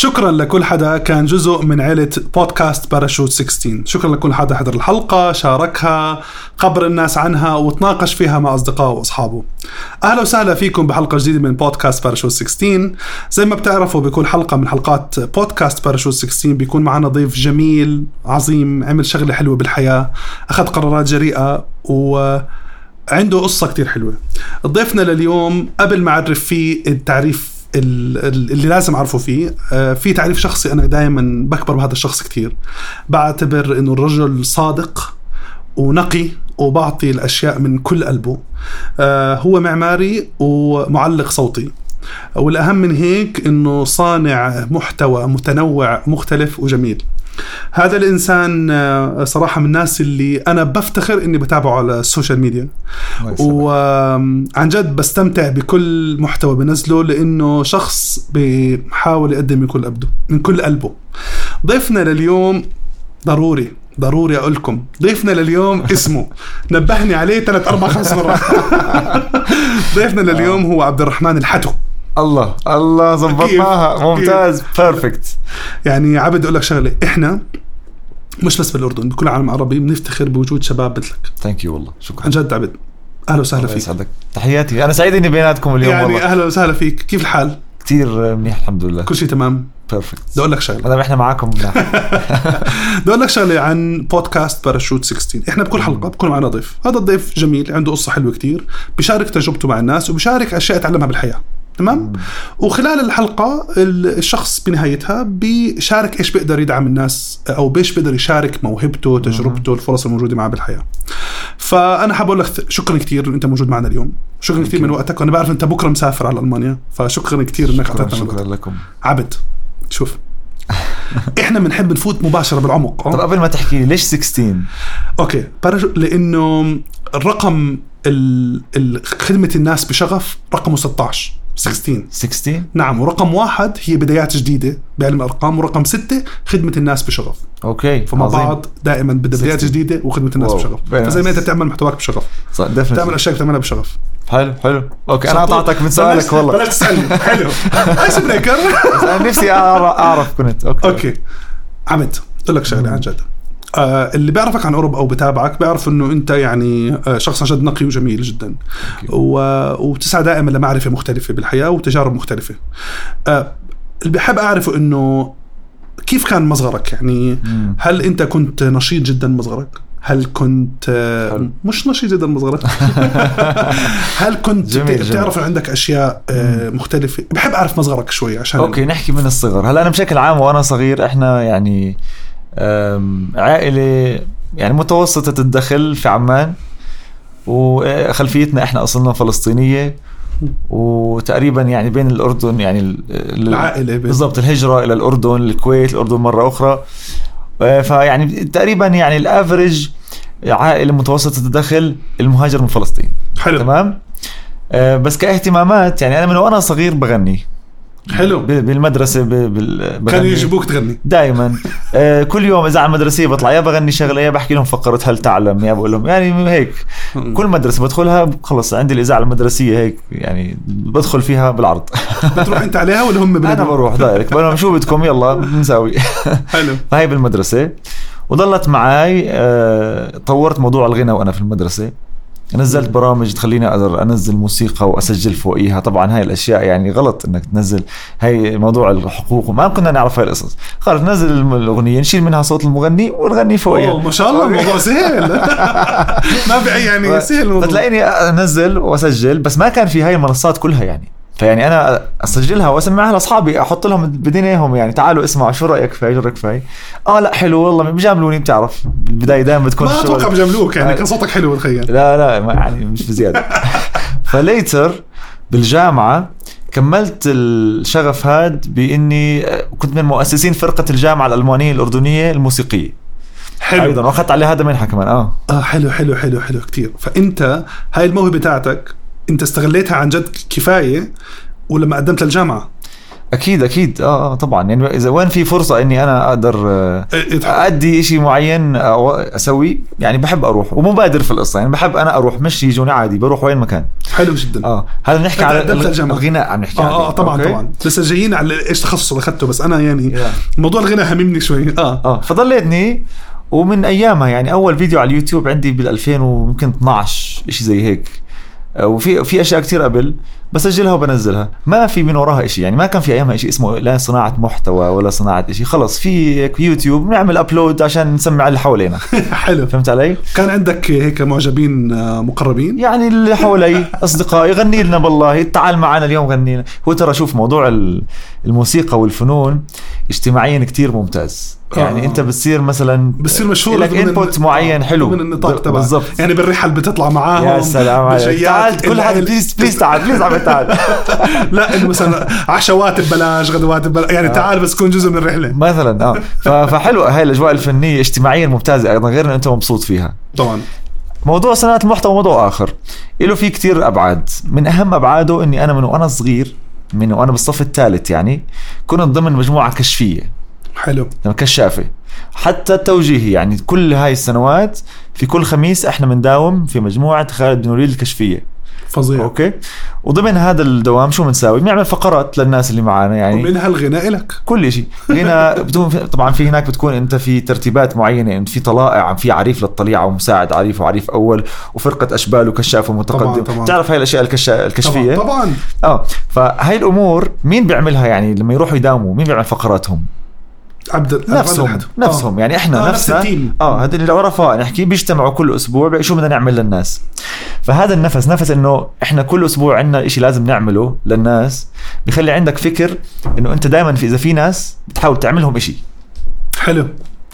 شكرا لكل حدا كان جزء من عائلة بودكاست باراشوت 16. شكرا لكل حدا حضر الحلقة، شاركها، خبر الناس عنها وتناقش فيها مع أصدقائه وأصحابه. أهلا وسهلا فيكم بحلقة جديدة من بودكاست باراشوت 16. زي ما بتعرفوا بكل حلقة من حلقات بودكاست باراشوت 16 بيكون معنا ضيف جميل عظيم عمل شغلة حلوة بالحياة، أخذ قرارات جريئة وعنده قصة كتير حلوة. ضيفنا لليوم قبل ما أعرف فيه التعريف اللي لازم أعرفه فيه، في تعريف شخصي أنا دائما بكبر بهذا الشخص كتير. بعتبر إنه الرجل صادق ونقي وبعطي الأشياء من كل قلبه. هو معماري ومعلق صوتي، والأهم من هيك إنه صانع محتوى متنوع مختلف وجميل. هذا الإنسان صراحة من الناس اللي أنا بفتخر إني بتابعه على السوشيال ميديا، وعن جد بستمتع بكل محتوى بنزله لأنه شخص بيحاول يقدم من كل قلبه. ضيفنا لليوم ضروري أقول لكم ضيفنا لليوم اسمه نبهني عليه 3 4 5 مرات. ضيفنا لليوم هو عبد الرحمن الحتو. الله زبطناها ممتاز بيرفكت. يعني عبد أقول لك شغلة، إحنا مش بس بالأردن، بكل العالم العربي بنفتخر بوجود شباب مثلك. ثانك يو والله، شكرا عن جد عبد. أهلا وسهلا فيك. يسعدك، تحياتي، أنا سعيد إني بيناتكم اليوم يعني والله. أهلا وسهلا فيك. كيف الحال؟ كتير منيح الحمد لله، كل شيء تمام بيرفكت. بدي أقول لك شغلة، هذا إحنا معاكم. بدي أقول لك شغلة عن بودكاست باراشوت 16. إحنا بكل حلقة بكون معنا ضيف، هذا الضيف جميل عنده قصة حلوة كتير، بيشارك تجربته مع الناس وبيشارك أشياء تعلمها بالحياة. تمام. وخلال الحلقة الشخص بنهايتها بيشارك إيش بيقدر يدعم الناس أو بيش بيقدر يشارك موهبته، تجربته، الفرص الموجودة معه بالحياة. فأنا حاب أقول لك شكرا كتير إن أنت موجود معنا اليوم. شكرا كتير من وقتك، وأنا بعرف أنت بكرة مسافر على ألمانيا، فشكرا كتير إنك أعطيتنا. شكرا لكم عبد. شوف إحنا بنحب نفوت مباشرة بالعمق. طب قبل ما تحكي لي ليش 16؟ أوكي، لأنه الرقم خدمة الناس بشغف رقمه 16. نعم، ورقم 1 هي بدايات جديدة بعلم الأرقام، ورقم 6 خدمة الناس بشغف. أوكي، فمع بعض دائما بدأ بدايات جديدة وخدمة الناس بشغف. فزي ما أنت تعمل محتواك بشغف، تعمل أشياء تعملها بشغف. حلو. أوكي، أنا أعطيتك من سؤالك والله. بلاش تسألني. حلو. إيش بريكر؟ أنا نفسي أعرف كنت. أوكي. عمد أقول لك شغلة عن جد. اللي بيعرفك عن أوروبا أو بتابعك بيعرف إنه أنت يعني شخص جد نقي وجميل جدا، وبتسعى دائما لمعرفة مختلفة بالحياة وتجارب مختلفة. اللي بحب أعرفه إنه كيف كان مصغرك، يعني هل أنت كنت نشيط جدا مصغرك؟ هل كنت مش نشيط جدا مصغرك؟ هل كنت تعرف إن عندك أشياء مختلفة؟ بحب أعرف مصغرك شوي عشان أوكي نحكي من الصغر. هلا أنا بشكل عام وأنا صغير إحنا يعني عائلة يعني متوسطة الدخل في عمان، وخلفيتنا احنا اصلنا فلسطينية، وتقريبا يعني بين الأردن يعني العائلة بالضبط الهجرة إلى الأردن، الكويت، الأردن مرة أخرى. فيعني تقريبا يعني الافريج عائلة متوسطة الدخل المهاجر من فلسطين. حلو. تمام. بس كاهتمامات يعني أنا من وأنا صغير بغني. حلو. بالمدرسة كانوا يجيبوك تغني دائما. كل يوم إذاعة المدرسية بطلع يا بغني شغلة يا بحكي لهم فقرة هل تعلم، يا بقول لهم يعني هيك. كل مدرسة بدخلها خلص عندي الإذاعة المدرسية هيك يعني بدخل فيها بالعرض. بتروح أنت عليها ولا هم أنا بروح دايركت بقول لهم شو بدكم يلا بنساوي. حلو. فهي بالمدرسة وضلت معاي. طورت موضوع الغنى وأنا في المدرسة، نزلت برامج تخليني أقدر أنزل موسيقى وأسجل فوقيها. طبعا هاي الأشياء يعني غلط إنك تنزل، هاي موضوع الحقوق وما كنا نعرف هاي القصص. خلاص ننزل الأغنية نشيل منها صوت المغني ونغني فوقيها. ما شاء الله الموضوع سهل. ما في يعني سهل الموضوع. فتلاقيني أنزل وأسجل، بس ما كان في هاي المنصات كلها يعني. فيعني أنا أسجلها وأسمعها لأصحابي، أحط لهم بدينهم يعني تعالوا اسمعوا شو رأيك فيها، رأيك فيها. لا حلو والله بجاملوني. بتعرف بالبداية دائما بتكون ما أتوقع بجاملوك يعني كان صوتك حلو الخيال. لا ما يعني مش بزيادة. فليتر بالجامعة كملت الشغف هاد بإني كنت من مؤسسين فرقة الجامعة الألمانية الأردنية الموسيقية. حلو. أيضا وأخذت عليه هذا منحة كمان. حلو كتير. فأنت هاي الموهبة بتاعتك أنت استغليتها عن جد كفاية ولما قدمت للجامعة. اكيد طبعا، يعني اذا وين في فرصه اني انا اقدر ادي شيء معين أو اسوي، يعني بحب اروح ومبادر في القصه، يعني بحب انا اروح مش يجوني عادي، بروح وين مكان. حلو جدا. هذا بنحكي على الغناء، عم نحكي طبعا لسه جايين على ايش تخصص اخذته، بس انا يعني موضوع الغناء هممني شوي. فضليتني، ومن ايامها يعني اول فيديو على اليوتيوب عندي بال2000 ويمكن 12 شيء زي هيك، وفي اشياء كتير قبل بسجلها وبنزلها، ما في من وراها إشي، يعني ما كان في ايامها إشي اسمه لا صناعه محتوى ولا صناعه إشي، خلص في يوتيوب نعمل ابلود عشان نسمع اللي حوالينا. حلو، فهمت علي؟ كان عندك هيك معجبين مقربين يعني اللي حوالي اصدقائي غني لنا بالله، تعال معنا اليوم غنينا. هو ترى شوف موضوع الموسيقى والفنون اجتماعيا كتير ممتاز، يعني انت بتصير مشهور لك انبوت معين حلو من النطاق تبعك بالضبط، يعني بالرحل بتطلع معاهم. يا سلام عليك، تعال كل حد بليز تعال لا انه مثلا عشوات ببلاش، غدوات ببلاش، يعني تعال بس كون جزء من الرحله مثلا. فحلو هاي الاجواء الفنيه اجتماعيا ممتازه ايضا، غير ان انت مبسوط فيها. طبعا موضوع صناعه المحتوى موضوع اخر، له فيه كتير ابعاد. من اهم ابعاده اني انا من وانا صغير، من وانا بالصف الثالث يعني، كنت ضمن مجموعه كشفيه. حلو، كشافه حتى التوجيهي، يعني كل هاي السنوات في كل خميس احنا بنداوم في مجموعه خالد بن وليد الكشفيه. فظيع. اوكي، وضمن هذا الدوام شو بنساوي؟ بنعمل فقرات للناس اللي معانا، يعني ومنها الغناء لك كل شيء غناء طبعا في هناك بتكون انت في ترتيبات معينه، يعني في طلائع، في عريف للطليعه ومساعد عريف وعريف اول وفرقه اشبال وكشاف ومتقدم. طبعا. تعرف هاي الاشياء الكشفيه طبعا. فهاي الامور مين بيعملها؟ يعني لما يروحوا يداوموا مين بيعمل فقراتهم؟ نفسهم يعني احنا نفسنا هذول العرفاء نحكي بيجتمعوا كل اسبوع شو بدنا نعمل للناس. فهذا نفس انه احنا كل اسبوع عندنا اشي لازم نعمله للناس، بيخلي عندك فكر انه انت دائما اذا في ناس بتحاول تعملهم اشي حلو.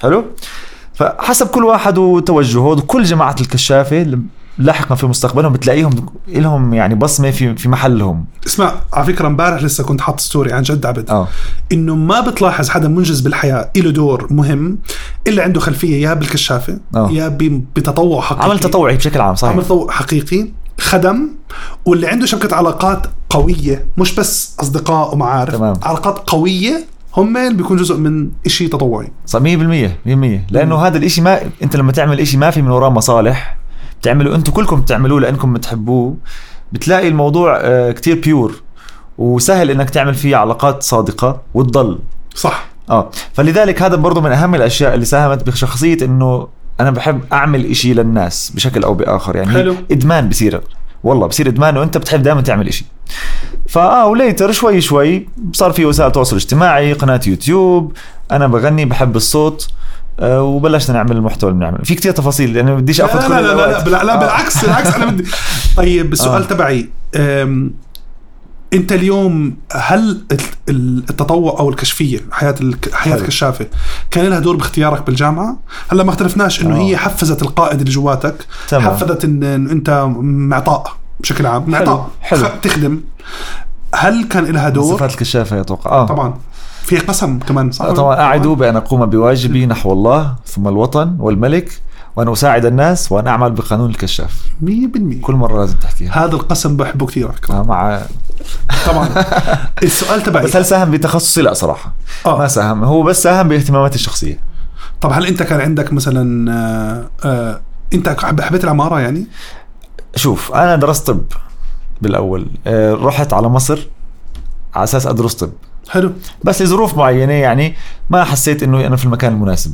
فحسب كل واحد وتوجهه، وكل جماعة الكشافة لاحقا في مستقبلهم بتلاقيهم لهم يعني بصمة في محلهم. اسمع، على فكرة امبارح لسه كنت حاط ستوري عن جد عبد انه ما بتلاحظ حدا منجز بالحياة له دور مهم الا عنده خلفية يا بالكشافة يا بتطوع حقيقي، عمل تطوعي بشكل عام. صحيح، عمل تطوع حقيقي، خدم، واللي عنده شبكة علاقات قوية، مش بس أصدقاء ومعارف. تمام. علاقات قوية هم اللي بيكون جزء من إشي تطوعي. 100%. لأنه هذا الإشي ما أنت لما تعمل إشي ما في من وراه مصالح، بتعملوا أنتوا كلكم بتعملوه لأنكم بتحبوه، بتلاقي الموضوع كتير بيور وسهل إنك تعمل فيه علاقات صادقة وتضل صح. فلذلك هذا برضو من أهم الأشياء اللي ساهمت بشخصية إنه أنا بحب أعمل إشي للناس بشكل أو بآخر. يعني حلو. إدمان بصير إدمان وأنت بتحب دائما تعمل إشي. وليتر شوي صار في وسائل تواصل اجتماعي، قناة يوتيوب، أنا بغني بحب الصوت، وبلشنا نعمل المحتوى اللي بنعمله. في كتير تفاصيل لأنه بديش أخذ كل لا بالعكس أنا بدي. طيب السؤال تبعي، انت اليوم هل التطوع او الكشفيه حياه الكشافه كان لها دور باختيارك بالجامعه؟ هلا ما اختلفناش انه هي حفزت القائد اللي جواتك، حفزت ان انت معطاء بشكل عام، معطاء تخدم. هل كان لها دور صفات الكشافه يتوقع؟ طبعا في قسم كمان. طبعا أعد بأن أقوم بواجبي نحو الله ثم الوطن والملك، وأن أساعد الناس، وأن أعمل بقانون الكشاف. 100% كل مرة لازم تحكيها. هذا القسم بحبه كثير مع طبعا. السؤال تبعي، بس هل ساهم بتخصصي؟ لا صراحة ما ساهم، هو بس ساهم باهتماماتي الشخصية. طب هل أنت كان عندك مثلا أنت حبيت العمارة؟ يعني شوف، أنا درست طب بالأول، رحت على مصر على أساس أدرس طب. حلو. بس لظروف معينة يعني ما حسيت إنه أنا في المكان المناسب،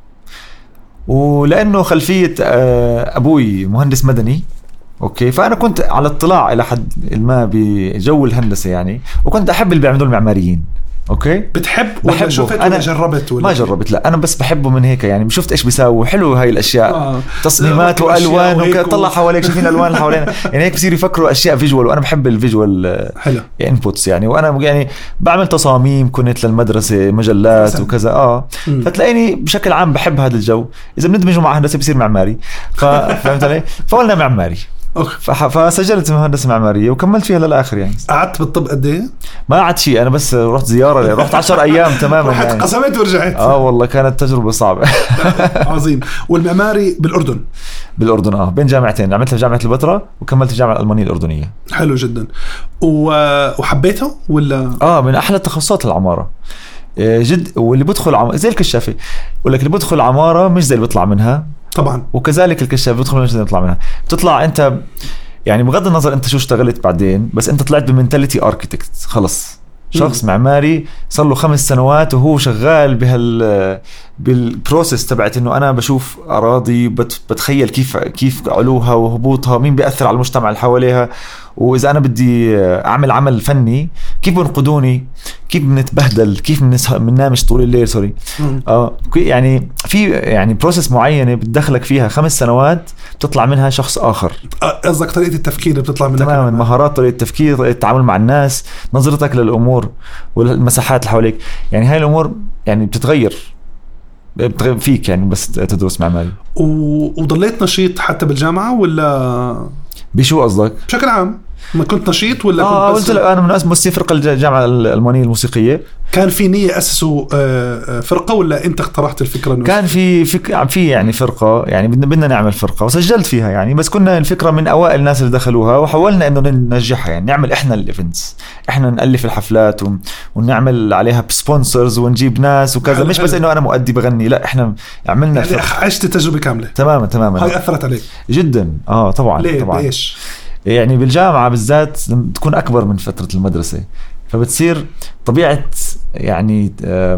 ولأنه خلفية أبوي مهندس مدني. أوكي، فأنا كنت على اطلاع إلى حد ما بجو الهندسة يعني، وكنت أحب اللي بيعملوا المعماريين. أوكي، بتحب ولا شفت ولا جربت؟ ولا ما جربت، لا أنا بس بحبه من هيك يعني، شفت إيش بيساوي حلو هاي الأشياء، تصميمات وألوان وطلع حواليك شايفين الألوان اللي حوالينا يعني هيك بصير يفكروا أشياء فيجوال، وأنا بحب الفيجوال إنبوتس يعني، وأنا يعني بعمل تصاميم كنت للمدرسة، مجلات وكذا. فتلاقيني بشكل عام بحب هذا الجو. إذا بندمجه مع هندسة بصير معماري. فهمت علي؟ فقلنا معماري. فسجلت مهندسة معمارية وكملت فيها للآخر يعني. قعدت بالطب قد ايه؟ ما قعدت شيء، أنا بس رحت زيارة، رحت 10 أيام تماما رحت يعني. قسمت ورجعت. والله كانت تجربة صعبة. عظيم. والمعماري بالأردن؟ بالأردن بين جامعتين، عملتها في جامعة البتراء وكملت في الجامعة الألمانية الأردنية. حلو جدا. وحبيته ولا؟ من أحلى التخصصات العمارة جد. واللي بدخل زي الكشافة، ولك اللي بدخل عمارة مش زي اللي بيطلع منها طبعا، وكذلك الكشاف بدخل مش زي اللي بيطلع منها. بتطلع أنت يعني بغض النظر أنت شو اشتغلت بعدين، بس أنت طلعت بمنتاليتي أركيتكت خلص، شخص معماري صار له 5 سنوات وهو شغال بالبروسيس تبعت انه انا بشوف اراضي بتخيل كيف علوها وهبوطها، مين بيأثر على المجتمع اللي حواليها، واذا انا بدي اعمل عمل فني كيف بنقدوني، كيف بنتبهدل، كيف بننامش طول الليل سوري. يعني في يعني بروسيس معينه بتدخلك فيها 5 سنوات بتطلع منها شخص اخر. قصدك طريقه التفكير اللي بتطلع منها تماما، مهارات طريقه التفكير، طريقه التعامل مع الناس، نظرتك للامور والمساحات اللي حواليك. يعني هاي الامور يعني بتتغير فيك يعني بس تدرس معماري. وضليت نشيط حتى بالجامعة ولا بشو قصدك؟ بشكل عام ما كنت نشيط ولا كنت قلت لك انا من مؤسسي فرقة الجامعة الألمانية الموسيقية. كان في نية أسسوا فرقة ولا أنت اقترحت الفكرة؟ كان في يعني فرقة، يعني بدنا نعمل فرقة وسجلت فيها يعني، بس كنا الفكرة من أوائل الناس اللي دخلوها وحاولنا إنه ننجحها يعني، نعمل إحنا الإيفنتس، إحنا نألف الحفلات ونعمل عليها بسبونسرز ونجيب ناس وكذا. مش بس إنه أنا مؤدي بغني، لا إحنا عملنا يعني عشت تجربة كاملة. تماما. هاي أثرت عليك جدا. طبعا. ليه؟ طبعا. ليش؟ يعني بالجامعة بالذات تكون أكبر من فترة المدرسة، فبتصير طبيعة يعني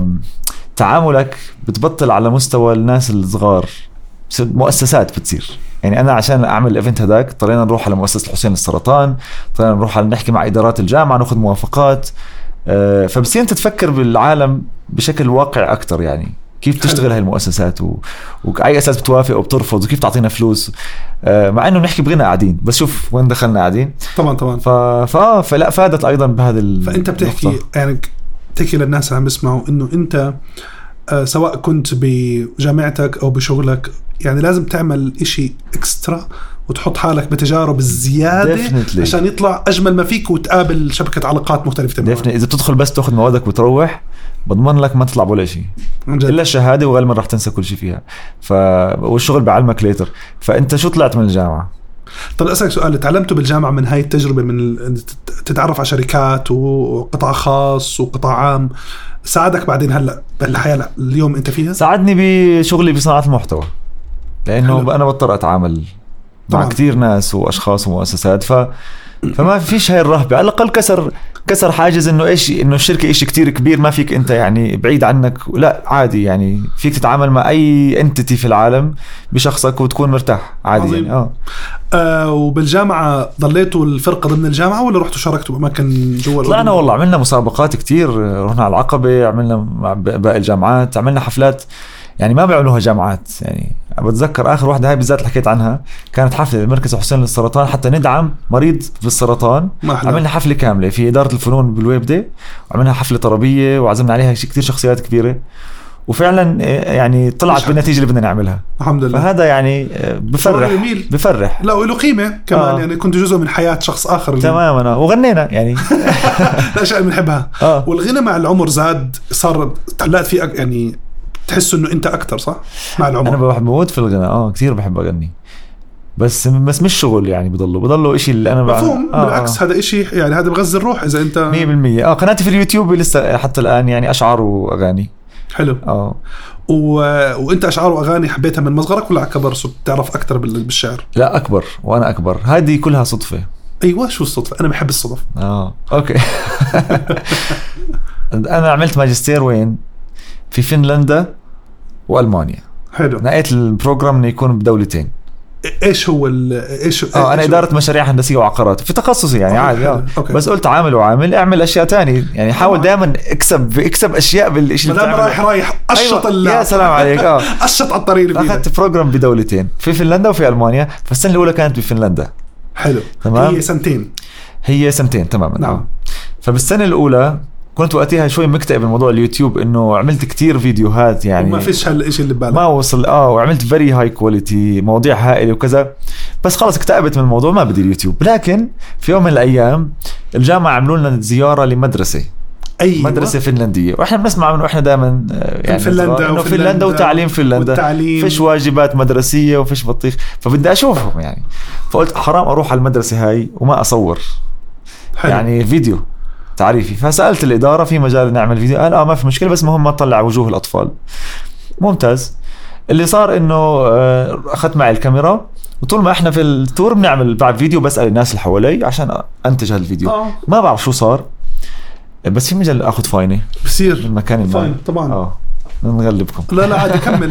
تعاملك بتبطل على مستوى الناس الصغار، مؤسسات بتصير. يعني أنا عشان أعمل الإيفنت هداك اضطرينا نروح على مؤسسة الحسين للسرطان، اضطرينا نروح نحكي مع إدارات الجامعة نأخذ موافقات، فبصير أنت تفكر بالعالم بشكل واقع أكتر، يعني كيف تشتغل هاي المؤسسات وأي أساس بتوافق وبترفض وكيف تعطينا فلوس، مع إنه نحكي بغنى قاعدين بس شوف وين دخلنا قاعدين. طبعا. فلا فادت أيضا بهذا فأنت بتحكي يعني تحكي للناس اللي عم يسمعوا إنه أنت سواء كنت بجامعتك أو بشغلك يعني لازم تعمل إشي إكسترا وتحط حالك بتجارب الزيادة عشان يطلع أجمل ما فيك وتقابل شبكة علاقات مختلفة تماما. إذا تدخل بس تأخذ موادك وتروح بضمن لك ما تطلع ولا شيء إلا الشهادة، وغالبا راح تنسى كل شيء فيها. والشغل بعلمك ليتر. فأنت شو طلعت من الجامعة؟ طب أسألك سؤال، تعلمته بالجامعة من هاي التجربة من تتعرف على شركات وقطاع خاص وقطاع عام، ساعدك بعدين هلأ بالحياة اليوم أنت فيها؟ ساعدني بشغلي بصناعة المحتوى، لأنه أنا بضطر أتعامل مع كتير ناس وأشخاص ومؤسسات، فما فيش هاي الرهبة. على الأقل كسر حاجز إنه الشركة إشي كتير كبير ما فيك أنت يعني بعيد عنك، لا عادي يعني فيك تتعامل مع أي انتيتي في العالم بشخصك وتكون مرتاح عادي. عظيم. يعني وبالجامعة ضليتوا الفرقة ضمن الجامعة ولا رحتوا شاركتوا بأماكن جوا؟ طلعنا والله عملنا مسابقات كتير، رحنا على العقبة، عملنا مع باقي الجامعات، عملنا حفلات يعني ما بيعملوها جامعات. يعني بتذكر آخر واحدة هاي بالذات اللي حكيت عنها كانت حفلة مركز حسين للسرطان حتى ندعم مريض بالسرطان. عملنا حفلة كاملة في إدارة الفنون بالويبدة، وعملنا حفلة طربية وعزمنا عليها كتير شخصيات كبيرة، وفعلا يعني طلعت بالنتيجة اللي بدنا نعملها الحمد لله. فهذا يعني بفرح لا وله قيمة كمان. يعني كنت جزء من حياة شخص آخر تماما. وغنينا يعني الأشياء اللي بنحبها. والغنى مع العمر زاد، صار طلعت فيه يعني تحس إنه أنت أكتر صح مع العمر؟ أنا بموت في الغنى كتير بحب أغني، بس مش شغل يعني، بضله إشي اللي أنا مفهوم. بالعكس هذا إشي يعني هذا بغذي الروح إذا أنت 100%. قناتي في اليوتيوب لسه حتى الآن يعني أشعار وأغاني. حلو. وانت اشعار واغاني حبيتها من مصغرك ولا كبر صرت تعرف اكثر بالشعر؟ لا اكبر، وانا اكبر هذه كلها صدفه. ايوه شو الصدفه؟ انا بحب الصدف. اوكي. انا عملت ماجستير وين؟ في فنلندا والمانيا. حلو. نقيت البروجرام انه يكون بدولتين. ايش هو انا اداره مشاريع هندسيه وعقارات في تخصصي يعني عادي. بس قلت عامل اعمل اشياء تانية يعني، حاول دائما اكسب اشياء بالشيء اللي بتعمله. رايح اشط. يا سلام عليك. اشط على الطريق اللي اخذت بروجرام بدولتين في فنلندا وفي المانيا. فالسنه الاولى كانت بفنلندا. حلو. تمام. هي سنتين تماما. نعم. فبالسنه الاولى كنت وقتها شوي مكتئب من موضوع اليوتيوب، انه عملت كتير فيديوهات يعني وما فيش هالشيء اللي ببالك، ما وصل. وعملت very high quality مواضيع هائلة وكذا، بس خلص اكتئبت من الموضوع ما بدي اليوتيوب. لكن في يوم من الأيام الجامعة عملوا لنا زيارة لمدرسة أيوة. مدرسة فنلندية، وإحنا بنسمع إنه إحنا دائما يعني فنلندا وتعليم فنلندا فيش واجبات مدرسية وفيش بطيخ، فبدي أشوفهم يعني. فقلت حرام أروح على المدرسة هاي وما أصور حلو. يعني فيديو تعريفي. فسألت الإدارة في مجال نعمل فيديو، قال ما في مشكلة بس مهم ما تطلع وجوه الأطفال. ممتاز. اللي صار إنه أخذت معي الكاميرا، وطول ما إحنا في التور بنعمل بعد فيديو بسأل الناس اللي حوالي عشان أنتج هالفيديو. ما بعرف شو صار، بس في مجال أخذ فاينة بصير من مكان فاين طبعا. نغلبكم. لا عادي كمل.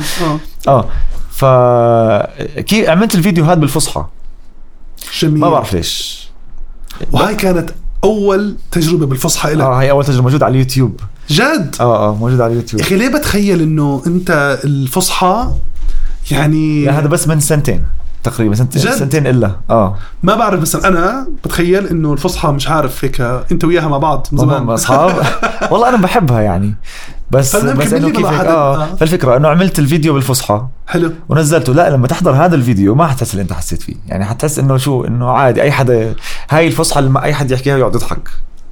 كي عملت الفيديو هذا بالفصحى. جميل. ما بعرف ليش. وهاي كانت أول تجربة بالفصحى إلك؟ هاي أول تجربة موجود على اليوتيوب. جد؟ موجود على اليوتيوب. يا أخي ليه بتخيل إنه أنت الفصحى يعني هذا بس من سنتين تقريبا، سنتين إلا ما بعرف. بس أنا بتخيل إنه الفصحى مش عارف هيك أنت وياها مع بعض من زمان أصحاب. والله أنا بحبها يعني، بس إنه كيف فالفكرة إنه عملت الفيديو بالفصحى حلو ونزلته. لا لما تحضر هذا الفيديو ما حتحس اللي أنت حسيت فيه يعني، حتحس إنه شو إنه عادي أي حدا هاي الفصحى لما أي حد يحكيها يقعد يضحك.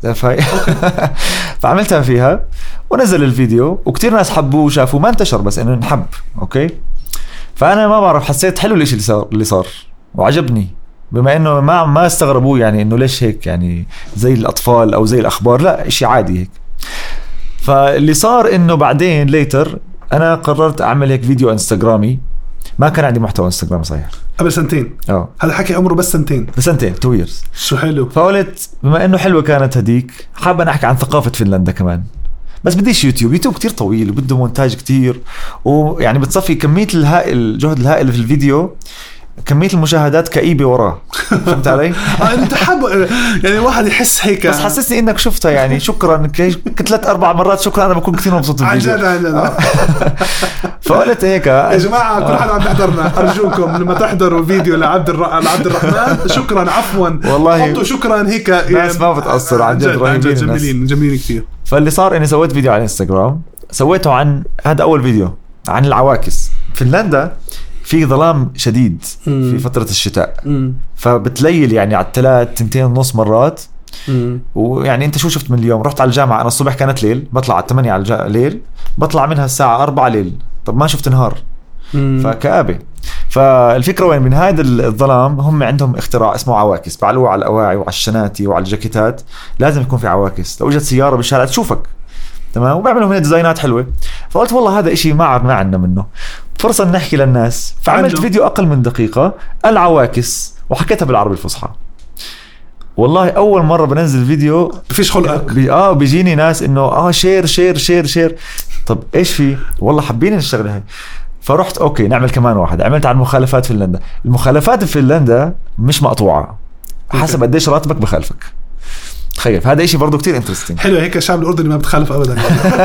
فعملتها فيها ونزل الفيديو وكتير ناس حبوه وشافوه، ما انتشر بس إنه نحب. أوكي. فأنا ما بعرف حسيت حلو الاشي اللي صار وعجبني، بما إنه ما استغربوه يعني إنه ليش هيك يعني زي الأطفال أو زي الأخبار، لا إشي عادي هيك. فاللي صار إنه بعدين ليتر أنا قررت أعمل هيك فيديو انستغرامي. ما كان عندي محتوى انستغرام صحيح قبل سنتين. هذا حكي عمره بس سنتين 2 years. شو حلو. فقلت بما إنه حلوة كانت هديك، حابة أحكي عن ثقافة فنلندا كمان، بس بديش يوتيوب كتير طويل وبده مونتاج كتير، ويعني بتصفي كمية الجهد الهائل في الفيديو، كمية المشاهدات كئيبة وراه. فهمت علي؟ انت حابب يعني الواحد يحس هيك، بس حسسني انك شفتها يعني. شكرا 3-4 مرات شكرا، انا بكون كثير مبسوط بالفيديو. عن فقلت هيك يا جماعة كل حدا عم يحضرنا أرجوكم لما تحضروا فيديو لعبد الرحمن شكرا عفوا والله حطوا شكرا هيك ناس ما بتقصر عن جد رهيبين جميلين كثير. فاللي صار اني سويت فيديو على انستغرام، سويته عن هذا اول فيديو عن العواكس. فنلندا في ظلام شديد في فترة الشتاء، فبتليل يعني على 2:30 مرات. ويعني انت شو شفت من اليوم؟ رحت على الجامعة انا الصبح كانت ليل، بطلع على 8 على ليل، بطلع منها الساعة 4 ليل. طب ما شفت نهار، فكآبة. فالفكرة وين؟ من هذا الظلام هم عندهم اختراع اسمه عواكس، بعلوه على الأواعي وعلى الشناتي وعلى الجاكيتات، لازم يكون في عواكس. لو اجت سيارة بالشارع تشوفك تمام، وبيعملوا هنا ديزاينات حلوة. فقلت والله هذا إشي ما عنا منه، فرصة نحكي للناس. فعملت فيديو أقل من دقيقة العواكس وحكيتها بالعربي الفصحى. والله أول مرة بنزل فيديو بفيش خلقك. بيجيني ناس إنه شير شير شير شير. طب إيش في؟ والله حابين الشغلة هاي. فرحت أوكي نعمل كمان واحد، عملت عن مخالفات فنلندا. المخالفات في فنلندا مش مقطوعة، حسب قديش راتبك بخالفك. تخيل هذا إشي برضو كتير انترستينج. حلو هيك الشعب الأردني ما بتخالف أبدا.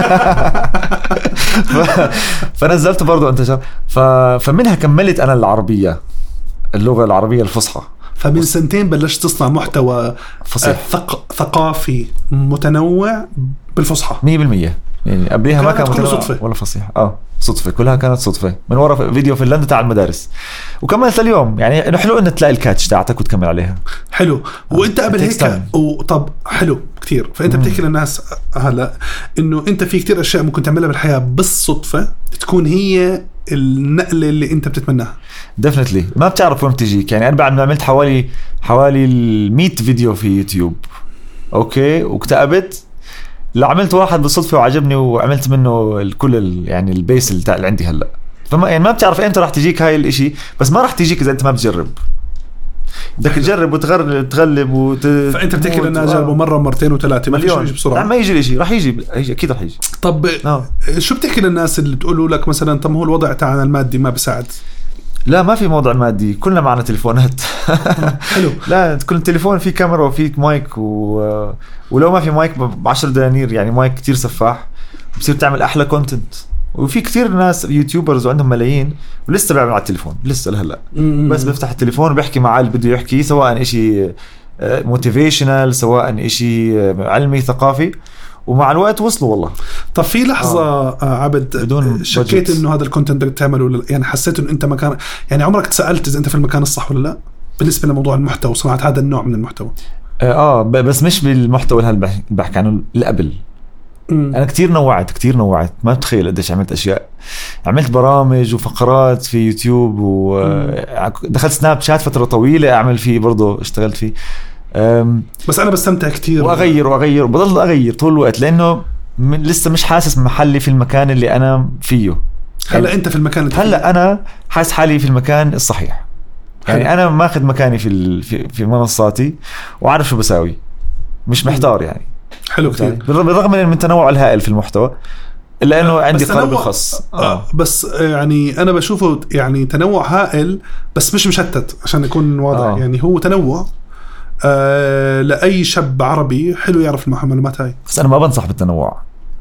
فنزلت برضو انتشر. فمنها كملت أنا العربية، اللغة العربية الفصحى. فمن سنتين بلشت تصنع محتوى فصيح ثقافي متنوع بالفصحى 100%. يعني قبلها ما كان صدفة ولا فصيح. صدفة، كلها كانت صدفة من وراء فيديو فنلندا تاع المدارس. وكملت اليوم يعني حلو ان تلاقي الكاتش تاعتك وتكمل عليها. حلو. وانت قبل هيك طب حلو كتير. فانت بتحكي للناس هلا انه انت في كتير اشياء ممكن تعملها بالحياة بالصدفة تكون هي النقلة اللي انت بتتمناها. ديفنتلي ما بتعرف وين بتجيك. يعني انا بعد ما عملت حوالي 100 فيديو في يوتيوب اوكي واكتئبت، لا عملت واحد بالصدفة وعجبني وعملت منه الكل يعني البيس اللي عندي هلا. فما يعني ما بتعرف امتى راح تجيك هاي الاشي، بس ما راح تجيك اذا انت ما بتجرب. بدك تجرب وتغلب فانت بتحكي لنا جربوا مرة مرتين وثلاثة ما فيش يجي بسرعة. ما يجي الاشي، راح يجي اكيد راح يجي. طب شو بتحكي للناس اللي بتقولوا لك مثلا طب هو الوضع تاعنا المادي ما بيساعد؟ لا ما في موضوع مادي، كلنا معنا تليفونات. حلو. لا كل تليفون فيه كاميرا وفيه مايك ولو ما في مايك ب10 دنانير يعني مايك كتير سفاح بصير تعمل احلى كونتنت. وفي كتير ناس يوتيوبرز وعندهم ملايين ولسه بيعمل على التليفون لسه لهلا، بس بيفتح التليفون وبيحكي مع اللي بده يحكي، سواء اشي موتيفيشنال سواء اشي علمي ثقافي، ومع الوقت وصلوا والله. طب في لحظة عبد شكيت انه هذا الكونتنت بدك تعمله يعني حسيت انه انت مكان، يعني عمرك تسألت اذا انت في المكان الصح ولا لا؟ بالنسبة لموضوع المحتوى وصناعة هذا النوع من المحتوى؟ بس مش بالمحتوى اللي بحكي عنه اللي قبل. أنا كتير نوعت ما بتخيل قديش عملت أشياء. عملت برامج وفقرات في يوتيوب ودخلت سناب شات فترة طويلة أعمل فيه برضو اشتغلت فيه. بس أنا بستمتع كتير وأغير وبضل أغير طول الوقت لأنه لسه مش حاسس محلي في المكان اللي أنا فيه. هلا أنت في المكان اللي هلا أنا حاسس حالي في المكان الصحيح. يعني أنا ماخذ مكاني في منصاتي وعارف شو بساوي مش محتار يعني. حلو كتير. بالرغم من التنوع الهائل في المحتوى إلا أنه عندي قلب خاص. بس يعني أنا بشوفه يعني تنوع هائل بس مش مشتت عشان يكون واضح. يعني هو تنوع لأي شاب عربي حلو يعرف المعلومات هاي. بس أنا ما بنصح بالتنوع.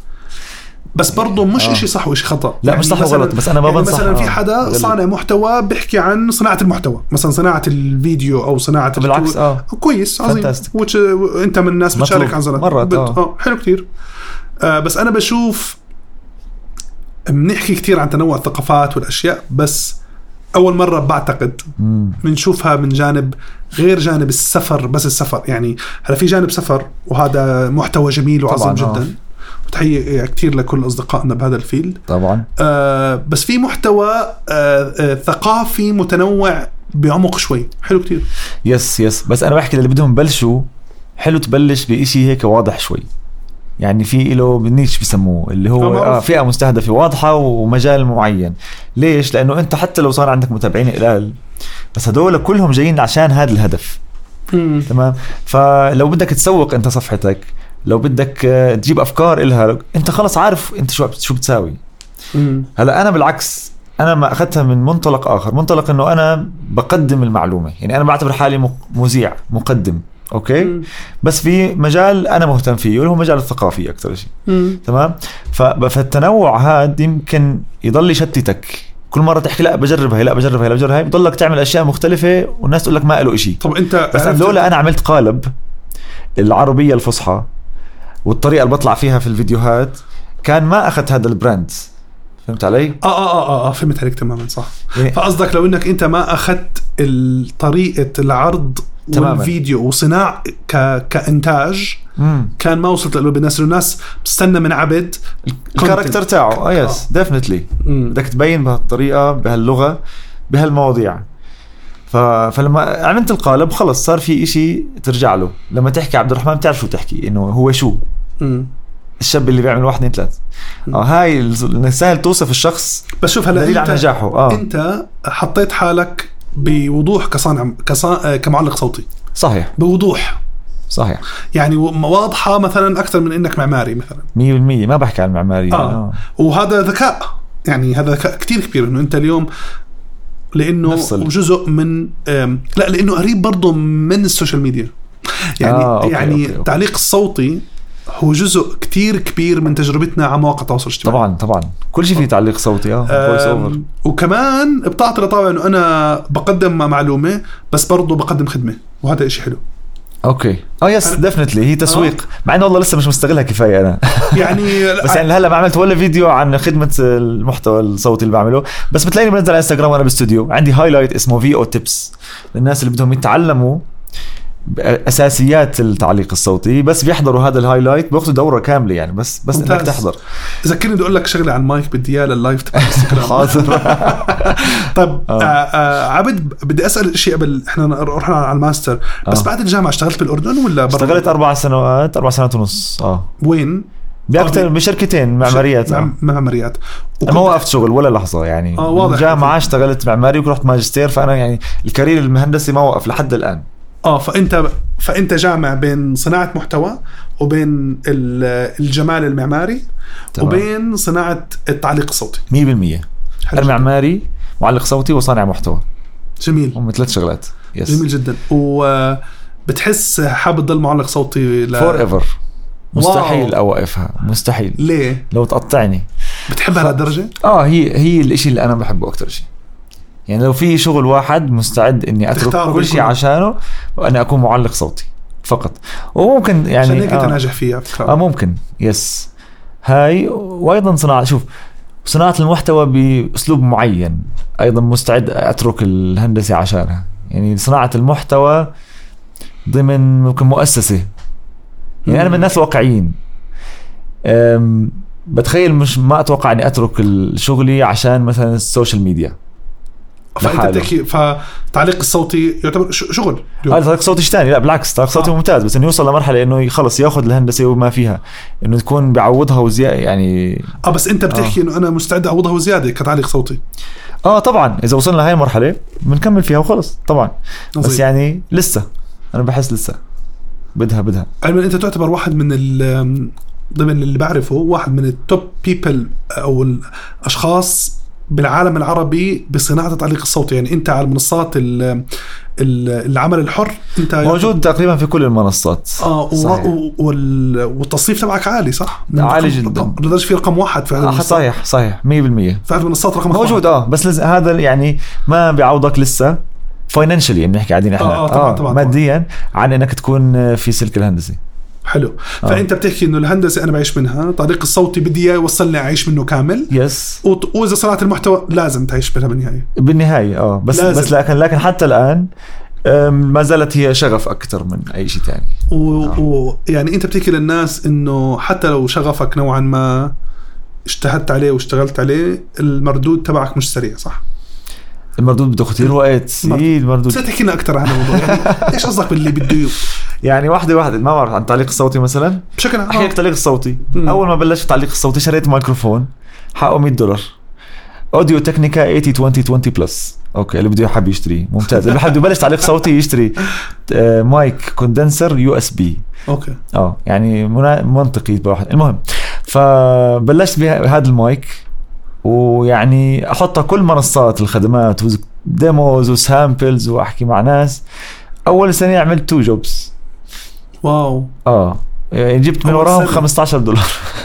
بس برضو مش إشي صح وإشي خطأ. لا يعني مش صح وغلط بس أنا ما بنصح. مثلا في حدا صانع محتوى بيحكي عن صناعة المحتوى مثلا صناعة الفيديو أو صناعة بالعكس كويس عظيم أنت من الناس بتشارك عن زلط مرات حلو كتير. بس أنا بشوف بنحكي كتير عن تنوع الثقافات والأشياء بس أول مرة بعتقد بنشوفها من جانب غير جانب السفر. بس السفر يعني هلا في جانب سفر وهذا محتوى جميل وعظيم جدا. بتحيي كتير لكل أصدقائنا بهذا الفيلد طبعا. بس في محتوى ثقافي متنوع بعمق شوي حلو كتير. يس بس أنا بحكي اللي بدهم بلشوا حلو تبلش بإشي هيك واضح شوي. يعني في له بالنيش بسموه اللي هو فئة مستهدفة واضحة ومجال معين. ليش؟ لأنه أنت حتى لو صار عندك متابعين قلال بس هدول كلهم جايين عشان هذا الهدف. تمام. فلو بدك تسوق أنت صفحتك لو بدك تجيب أفكار إلها أنت خلص عارف أنت شو بتساوي. هلا أنا بالعكس أنا ما أخذتها من منطلق آخر. منطلق أنه أنا بقدم المعلومة. يعني أنا بعتبر حالي مذيع مقدم أوكي. بس في مجال أنا مهتم فيه وهو مجال الثقافي أكثر شيء. تمام. فالتنوع هذا يمكن يضل يشتتك كل مرة تحكي لا بجرب هاي بضلك تعمل أشياء مختلفة والناس تقول لك ما له إشي. طب أنت بس لولا أنا عملت قالب العربية الفصحى والطريقة اللي بطلع فيها في الفيديوهات كان ما أخذت هذا البراند. فهمت علي؟ فهمت عليك تماما صح. فقصدك لو إنك أنت ما أخذت طريقة العرض والفيديو وصناع كإنتاج كان ما وصلت له بالناس. الناس بتستنى من عبد الكاركتر تاعه. يس ديفنتلي بدك تبين بهالطريقة بهاللغة بهالمواضيع. فلما عملت القالب خلص صار في إشي ترجع له. لما تحكي عبد الرحمن بتعرف شو تحكي إنه هو شو الشاب اللي بيعمل 1 2 3. هاي سهل توصف الشخص. بس شوف هلا دليل على نجاحه. انت حطيت حالك بوضوح كمعلق صوتي. صحيح بوضوح صحيح. يعني واضحة مثلا أكثر من إنك معماري مثلا 100%. ما بحكي عن معماري. وهذا ذكاء. يعني هذا ذكاء كتير كبير إنه أنت اليوم لأنه جزء من لأنه قريب برضو من السوشيال ميديا. يعني أوكي. التعليق الصوتي هو جزء كتير كبير من تجربتنا على مواقع التواصل الاجتماعي. طبعا كل شيء فيه تعليق صوتي وكمان بتعطي طابع انه انا بقدم معلومه بس برضو بقدم خدمه وهذا إشي حلو. اوكي يس ديفنتلي هي تسويق. مع انه والله لسه مش مستغلها كفايه انا يعني بس يعني هلا ما عملت ولا فيديو عن خدمه المحتوى الصوتي اللي بعمله. بس بتلاقيني بنزل على انستغرام وانا بالاستوديو عندي هايلايت اسمه VO تيبس للناس اللي بدهم يتعلموا اساسيات التعليق الصوتي. بس بيحضروا هذا الهايلايت بياخذوا دوره كامله يعني بس انك تحضر. ذكرني بدي اقول لك شغله عن المايك بدي اياه لللايف تبع انستغرام. حاضر. طب عبد بدي اسال شيء قبل احنا رحنا على الماستر. بس بعد الجامعه اشتغلت بالاردن ولا برا؟ اشتغلت 4 سنوات ونص. وين؟ باكثر بشركتين معماريات. معماريات ما وقفت شغل ولا لحظه يعني. الجامعه اشتغلت معماري ورحت ماجستير. فانا يعني الكارير المهندسي ما وقف لحد الان. فأنت جامع بين صناعة محتوى وبين الجمال المعماري طبعا. وبين صناعة التعليق الصوتي 100%. المعماري معلق صوتي وصانع محتوى. جميل. هم 3 شغلات. جميل جدا. وبتحس حابب تضل معلق صوتي forever. مستحيل أوقفها. مستحيل. ليه؟ لو تقطعني. بتحبها لهالدرجة؟ هي الاشي اللي أنا بحبه أكتر شيء. يعني لو في شغل واحد مستعد إني أترك كل شيء عشانه وأنا أكون معلق صوتي فقط. وممكن يعني عشان هيك تناجح فيها فكرة. ممكن يس. هاي وأيضا صناعة المحتوى بأسلوب معين أيضا مستعد أترك الهندسة عشانها. يعني صناعة المحتوى ضمن ممكن مؤسسة. يعني أنا من الناس الواقعيين، بتخيل مش ما أتوقع أني أترك شغلي عشان مثلا السوشيال ميديا. فأنت بتحكي فتعليق الصوتي يعتبر شغل. تعليق الصوتي ثاني، لا بالعكس، تعليق صوتي ممتاز، بس إنه يوصل لمرحلة إنه يخلص يأخذ الهندسة وما فيها، إنه يكون بعوضها وزيادة يعني. بس أنت بتحكي إنه أنا مستعد أعوضها وزيادة كتعليق صوتي. طبعا إذا وصلنا لهاي المرحلة بنكمل فيها وخلص طبعا. نظيم. بس يعني لسه أنا بحس لسه بدها علما أنت تعتبر واحد من ضمن اللي بعرفه، واحد من التوب بيبل أو الأشخاص بالعالم العربي بصناعة التعليق الصوتي. يعني أنت على المنصات العمل الحر أنت موجود تقريبا في كل المنصات. والتصنيف تبعك عالي صح؟ عالي جدا، لدرجة في رقم 1 في هذه المنصات. صحيح 100% في هذه المنصات رقم موجود. بس هذا يعني ما بيعوضك لسه فاينانشلي، يعني نحكي قاعدين احنا طبعا ماديا عن انك تكون في سلك الهندسي. حلو. فانت بتحكي انه الهندسه انا بعيش منها، التعليق الصوتي بدي يوصلني اعيش منه كامل. يس. واذا صناعه المحتوى لازم تعيش منها بالنهايه. بس لازم. بس لكن حتى الان ما زالت هي شغف اكثر من اي شيء ثاني. يعني انت بتحكي للناس انه حتى لو شغفك نوعا ما اجتهدت عليه واشتغلت عليه، المردود تبعك مش سريع صح؟ المردود بده كثير وقت. المردود تحكي لنا اكثر عن الموضوع. يعني ايش قصدك باللي بده؟ يعني واحده ما بعرف عن التعليق الصوتي مثلا بشكل عام. احكي لك التعليق الصوتي. اول ما بلشت التعليق الصوتي شريت ميكروفون حقه $100، اوديو تكنيكا 80-20-20 بلس. اوكي، اللي بده يحب يشتري ممتاز. اللي بده يبلش تعليق صوتي يشتري مايك كوندنسر USB. اوكي يعني منطقي بواحد. المهم فبلشت بهذا المايك، ويعني احطها كل منصات الخدمات وديموز وسامبلز واحكي مع ناس. اول سنه عملت 2 جوبز. واو. يعني جبت من وراهم $15.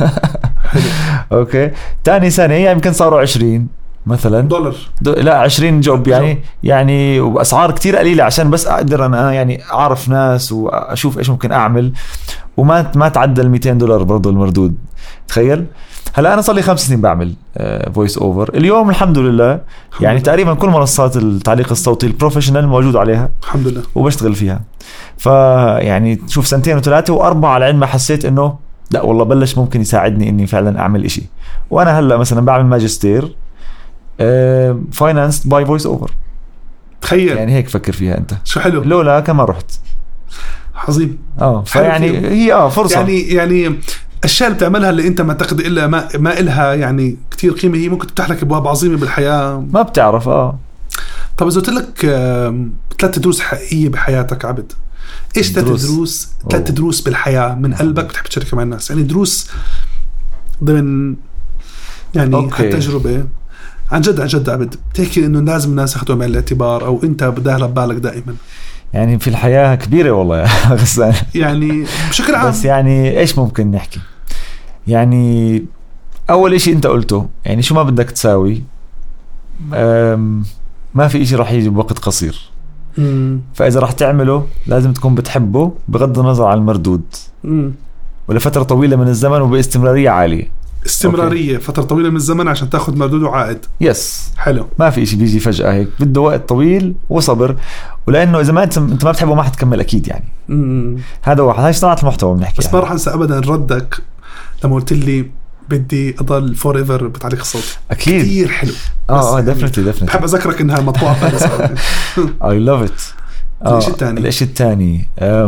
اوكي. تاني سنه يعني يمكن صاروا 20 مثلا لا 20 جوب. يعني واسعار كتير قليله عشان بس اقدر انا يعني اعرف ناس واشوف ايش ممكن اعمل، وما تعدى $200 برضو المردود. تخيل. هلا انا صار لي 5 سنين بعمل فويس اوفر. اليوم الحمد لله يعني تقريبا كل منصات التعليق الصوتي البروفيشنال موجود عليها الحمد لله، وبشتغل فيها. فيعني شوف 2 و3 و4 على عند ما حسيت انه لا والله بلش ممكن يساعدني اني فعلا اعمل اشي. وانا هلا مثلا بعمل ماجستير فاينانس باي فويس اوفر. تخيل يعني هيك فكر فيها انت. شو حلو. لولا كمان رحت. عظيم. فيعني هي فرصه. يعني الاشياء اللي بتعملها اللي انت ما تاخذ الا ما إلها يعني كتير قيمه، هي ممكن تفتح لك ابواب عظيمه بالحياه ما بتعرف. طب اذا قلت لك 3 دروس حقيقيه بحياتك عبد، ايش 3 دروس بالحياه من قلبك بتحب تشاركها مع الناس؟ يعني دروس ضمن يعني التجربه عن جد عبد بتحكي انه لازم الناس ياخذوها بعين الاعتبار، او انت بداها ببالك دائما؟ يعني في الحياه كبيره والله يا غسان. يعني بشكل عام. بس يعني ايش ممكن نحكي؟ يعني اول اشي انت قلته، يعني شو ما بدك تساوي ما في اشي راح يجي بوقت قصير. فاذا راح تعمله لازم تكون بتحبه بغض النظر عن المردود، ولفتره طويله من الزمن وباستمراريه عاليه. استمراريه فتره طويله من الزمن عشان تاخذ مردود وعائد. يس. حلو. ما في اشي بيجي فجاه هيك، بده وقت طويل وصبر. ولانه اذا ما انت ما بتحبه ما حتكمل اكيد يعني. هذا واحد. هاي صناعه المحتوى بنحكي. بس ما راح انسى ابدا ردك لما قلت لي بدي اضل فور ايفر بتعليق الصوت. اكيد كثير حلو. ديفنتلي بحب اذكرك انها مطبوعه بس. اي لاف ات. الشيء الثاني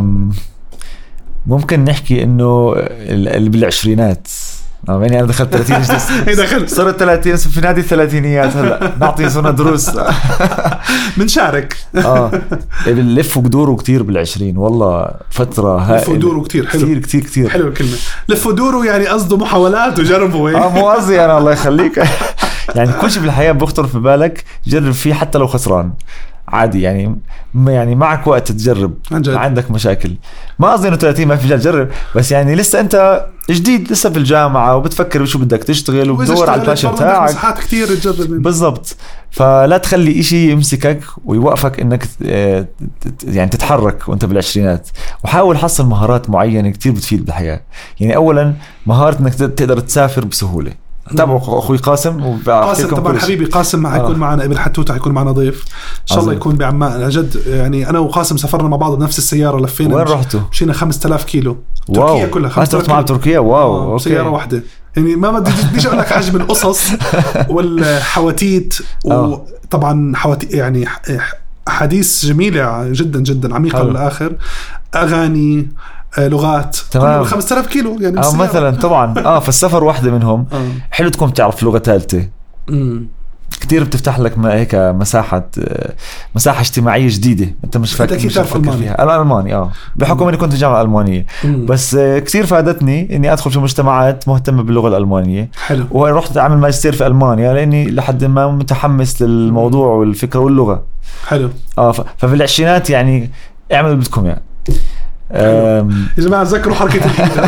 ممكن نحكي انه اللي بالعشرينات. يعني انا دخلت 30 صرت 30 في نادي الثلاثينيات. هلا نعطي صرنا دروس بنشارك. لف ودوروا كتير بالعشرين والله فترة هائلة. لف ودوروا كتير حلو. كتير حلو الكلمة لف ودوروا، يعني قصده محاولات وجربوا. مو قصدي انا الله يخليك. يعني كل شيء بالحياة بخطر في بالك جرب فيه حتى لو خسران عادي. يعني معك وقت تجرب. عندك مشاكل. ما قصدي انه 30 ما في مجال تجرب، بس يعني لسه انت جديد لسه في الجامعة وبتفكر بشو بدك تشتغل وبدور على الباشن تاعك. مساحات كتير تجرب. بالضبط. فلا تخلي إشي يمسكك ويوقفك انك يعني تتحرك وانت بالعشرينات. وحاول حصل مهارات معينة كتير بتفيد بالحياة. يعني اولا مهارة انك تقدر تسافر بسهولة. تابعوا اخوي قاسم قاسم طبعا حبيبي قاسم حيكون معنا ابن حتوته حيكون معنا ضيف ان شاء الله يكون بعمان. عن جد يعني انا وقاسم سافرنا مع بعض بنفس السياره لفينا. وين رحتوا؟ مشينا 5000 كيلو تركيا كلها. رحت مع تركيا واو سياره واحده يعني ما بديش اقول لك حجم القصص والحواتيت وطبعا حواتيت يعني حديث جميله جدا جدا عميقه للاخر اغاني لغات تمام 5000 كيلو يعني مثلا طبعا فالسفر واحدة منهم حلو تكون بتعرف لغة ثالثة كتير بتفتح لك هيك مساحة اجتماعية جديدة انت مش فاكر فيها. الألماني بحكم اني كنت في الجامعة الألمانية بس كتير فادتني اني ادخل في مجتمعات مهتمة باللغة الألمانية. حلو. ورحت اعمل ماجستير في ألمانيا لاني لحد ما متحمس للموضوع والفكرة واللغة. حلو. ففي العشرينات يعني اعملوا اللي بدكم يعني. يا جماعة ذكروا حركة الإيد.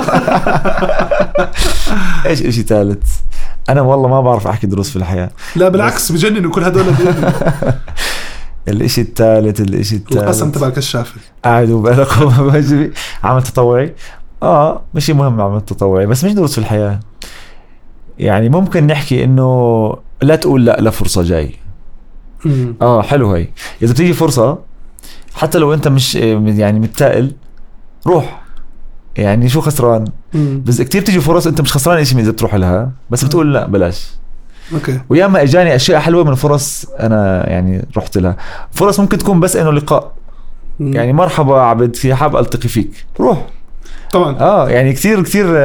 ايش اشي ثالث؟ انا والله ما بعرف احكي دروس في الحياة. لا بالعكس بجننوا كل هدول. الاشي الثالث القسم تبع الكشافة قاعدوا بالكم بجري عمل تطوعي. مش مهم عمل تطوعي بس مش دروس في الحياة. يعني ممكن نحكي انه لا تقول لا فرصة جاي. حلو هاي اذا بتيجي فرصة حتى لو انت مش يعني متائل روح يعني شو خسران. بس كتير تيجي فرص انت مش خسران ايش اذا بتروح لها بس بتقول لا بلاش. اوكي. وياما اجاني اشياء حلوه من فرص انا يعني رحت لها. فرص ممكن تكون بس انه لقاء يعني مرحبا عبد في حاب التقي فيك روح طبعا. يعني كتير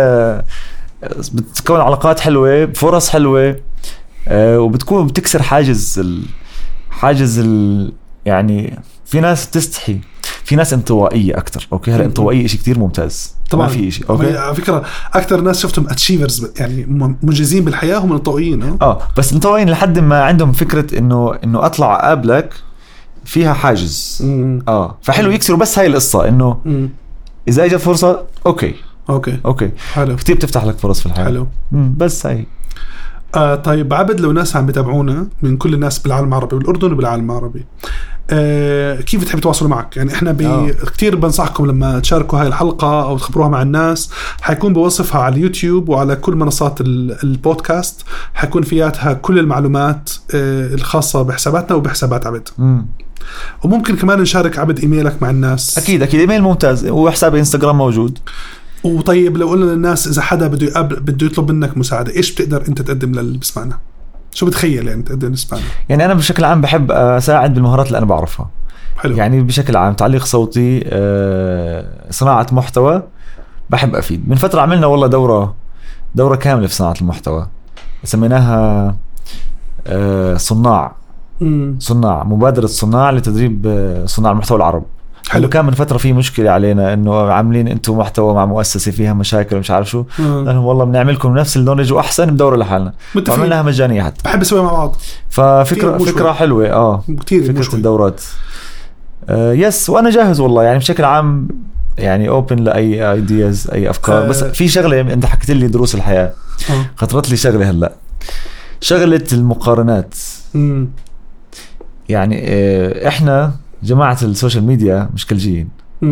بتكون علاقات حلوه فرص حلوه وبتكون بتكسر حاجز يعني في ناس تستحي في ناس انطوائيه اكثر. اوكي هلا انطوائيه شيء كتير ممتاز طبعا ما في شيء. اوكي على فكره اكثر ناس شفتهم اتشيفرز يعني منجزين بالحياه هم الانطوائيين. بس انطوائيين لحد ما عندهم فكره انه اطلع اقابلك فيها حاجز. فحلو يكسروا بس هاي القصه انه اذا اجت فرصه اوكي حلو كتير بتفتح لك فرص في الحياه. حلو بس هاي طيب عبد لو ناس عم بتابعونا من كل الناس بالعالم العربي بالأردن وبالعالم العربي كيف تحب تواصلوا معك؟ يعني احنا كتير بنصحكم لما تشاركوا هاي الحلقة او تخبروها مع الناس حيكون بوصفها على اليوتيوب وعلى كل منصات البودكاست حيكون فياتها كل المعلومات الخاصة بحساباتنا وبحسابات عبد. وممكن كمان نشارك عبد ايميلك مع الناس. اكيد ايميل ممتاز وحساب انستغرام موجود. وطيب لو قلنا للناس اذا حدا بده يطلب منك مساعدة ايش بتقدر انت تقدم للي بسمعنا؟ شو بتخيل يعني تقدر نسمعنا؟ يعني أنا بشكل عام بحب أساعد بالمهارات اللي أنا بعرفها. حلو. يعني بشكل عام تعليق صوتي صناعة محتوى بحب أفيد. من فترة عملنا والله دورة كاملة في صناعة المحتوى سميناها صناع مبادرة صناع لتدريب صناع المحتوى العرب. حلو. كان من فترة في مشكلة علينا إنه عاملين أنتم محتوى مع مؤسسة فيها مشاكل ومش عارف شو. لأنهم والله بنعملكم نفس النولج وأحسن بدورة لحالنا. وعملناها مجانية حتى. بحب أسويها مع بعض. فكرة حلوة. كتير فكرة الدورات. يس وأنا جاهز والله يعني بشكل عام يعني open لأي ايدياز أي أفكار. بس في شغلة أنت حكيت لي دروس الحياة. خطرت لي شغلة هلا. شغلة المقارنات. يعني إحنا جماعة السوشيال ميديا مش كلجين.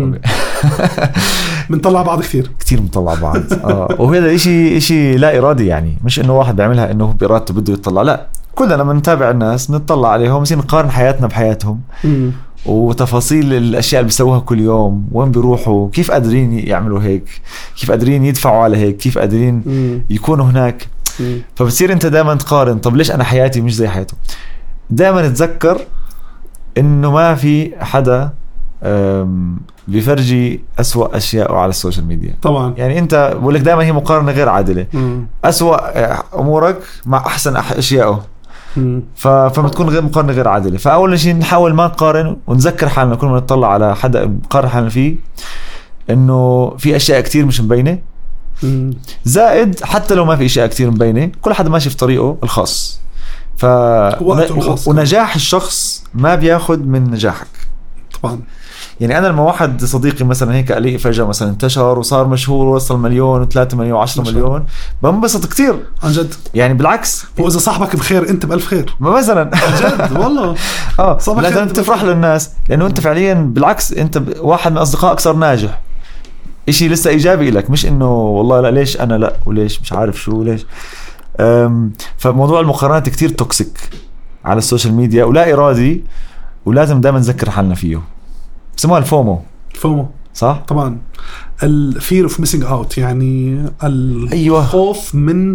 بنطلع بعض كتير بنطلع بعض. وهذا إشي لا إرادي يعني مش إنه واحد بيعملها إنه بإرادته بده يطلع. لا كلنا بنتابع الناس نطلع عليهم نصير نقارن حياتنا بحياتهم وتفاصيل الأشياء اللي بيسووها كل يوم وين بيروحوا كيف قادرين يعملوا هيك كيف قادرين يدفعوا على هيك كيف قادرين يكونوا هناك. فبتصير أنت دائما تقارن طب ليش أنا حياتي مش زي حياته. دائما تذكر إنه ما في حدا بيفرجي أسوأ أشياء على السوشيال ميديا. طبعا يعني أنت بقولك دائما هي مقارنة غير عادلة. أسوأ أمورك مع أحسن أشيائه. فبتكون غير مقارنة غير عادلة. فأول شيء نحاول ما نقارن ونذكر حالنا كل ما نطلع على حدا نقارن حالنا فيه إنه في أشياء كتير مش مبينة. زائد حتى لو ما في أشياء كتير مبينة كل حدا ماشي في طريقه الخاص. ونجاح الشخص ما بياخد من نجاحك. طبعا يعني أنا لما واحد صديقي مثلا هيك قال لي فجأة مثلا انتشر وصار مشهور ووصل 1,000,000 و3 مليون و10 مليون بنبسط كتير عن جد. يعني بالعكس وإذا صاحبك بخير أنت بألف خير مثلا عن جد والله. لازم تفرح للناس لأنه أنت فعليا بالعكس أنت واحد من أصدقائك صار ناجح إشي لسه إيجابي لك مش إنه والله لا ليش أنا لا وليش مش عارف شو ليش. فموضوع المقارنات كتير توكسيك على السوشيال ميديا ولا إرادي، ولازم دائما نذكر حالنا فيه. بسموها الفومو صح؟ طبعا الفير اوف ميسينج اوت، يعني الخوف من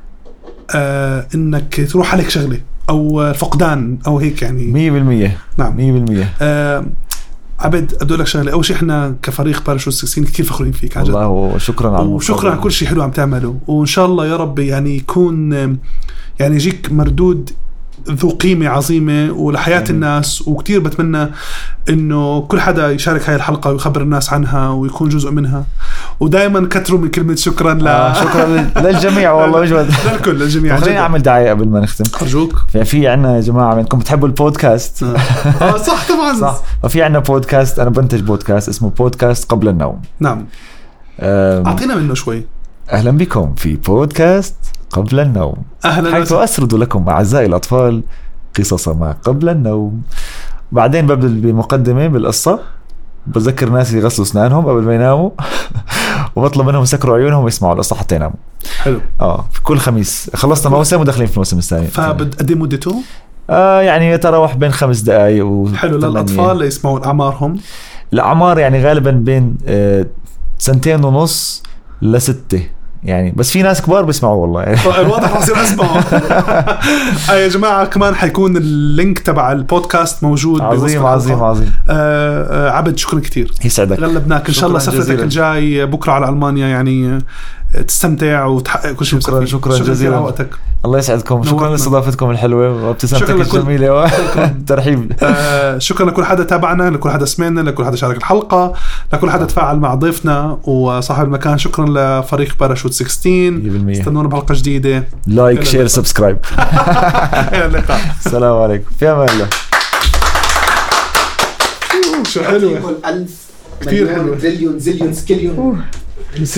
انك تروح عليك شغله او الفقدان او هيك يعني 100%. نعم 100%. عبد أدول لك شغله، اول شيء احنا كفريق باراشوت 16 كثير فخورين فيك عن جد، والله وشكرا على كل شيء حلو عم تعمله، وان شاء الله يا رب يعني يكون يعني يجيك مردود ذو قيمة عظيمة ولحياة الناس. وكتير بتمنى إنه كل حدا يشارك هاي الحلقة ويخبر الناس عنها ويكون جزء منها. ودائما كتروا من كلمة شكرا شكرا للجميع والله وجود للكل للجميع. خليني أعمل دعاية قبل ما نختم أرجوك. في عنا يا جماعة منكم بتحبوا البودكاست صح طبعا صح. وفي عنا بودكاست، أنا بنتج بودكاست اسمه بودكاست قبل النوم. نعم أعطينا منه شوي. أهلا بكم في بودكاست قبل النوم، حيث أسرد لكم أعزائي الأطفال قصص ما قبل النوم. بعدين ببدأ بمقدمة بالقصة، بذكر الناس يغسلوا أسنانهم قبل ما يناموا وبطلب منهم يسكروا عيونهم ويسمعوا القصة حتى يناموا. حلو. في كل خميس خلصنا موسم وداخلين في الموسم الثاني. فبدأ مدته يعني يتراوح بين 5 دقائق حلو للأطفال يسمعوا أعمارهم. الأعمار يعني غالبا بين 2.5 ل6 يعني، بس في ناس كبار بيسمعوا والله يعني. الواضح راح اسمعوا. يا جماعة كمان حيكون اللينك تبع البودكاست موجود. عظيم عظيم عظيم. عبد شكرا كتير، يسعدك. غلبناك إن شاء الله. سفرتك الجاي بكرة على ألمانيا يعني تستمتع وتحقق كل شيء. شكرا جزيلا وقتك. الله يسعدكم. شكرا لاستضافتكم الحلوة وابتسامتك الجميلة والترحيب. شكرا لكل حدا تابعنا، لكل حدا سمعنا، لكل حدا شارك الحلقة، لكل حدا تفاعل مع ضيفنا وصاحب المكان. شكرا لفريق باراشوت 16. استنونا بحلقة جديدة. لايك شير سبسكرايب. إلى اللقاء. السلام عليكم. في أمان الله. شو حلوة. ألف كتير حلوة. مليون زليون سكليون.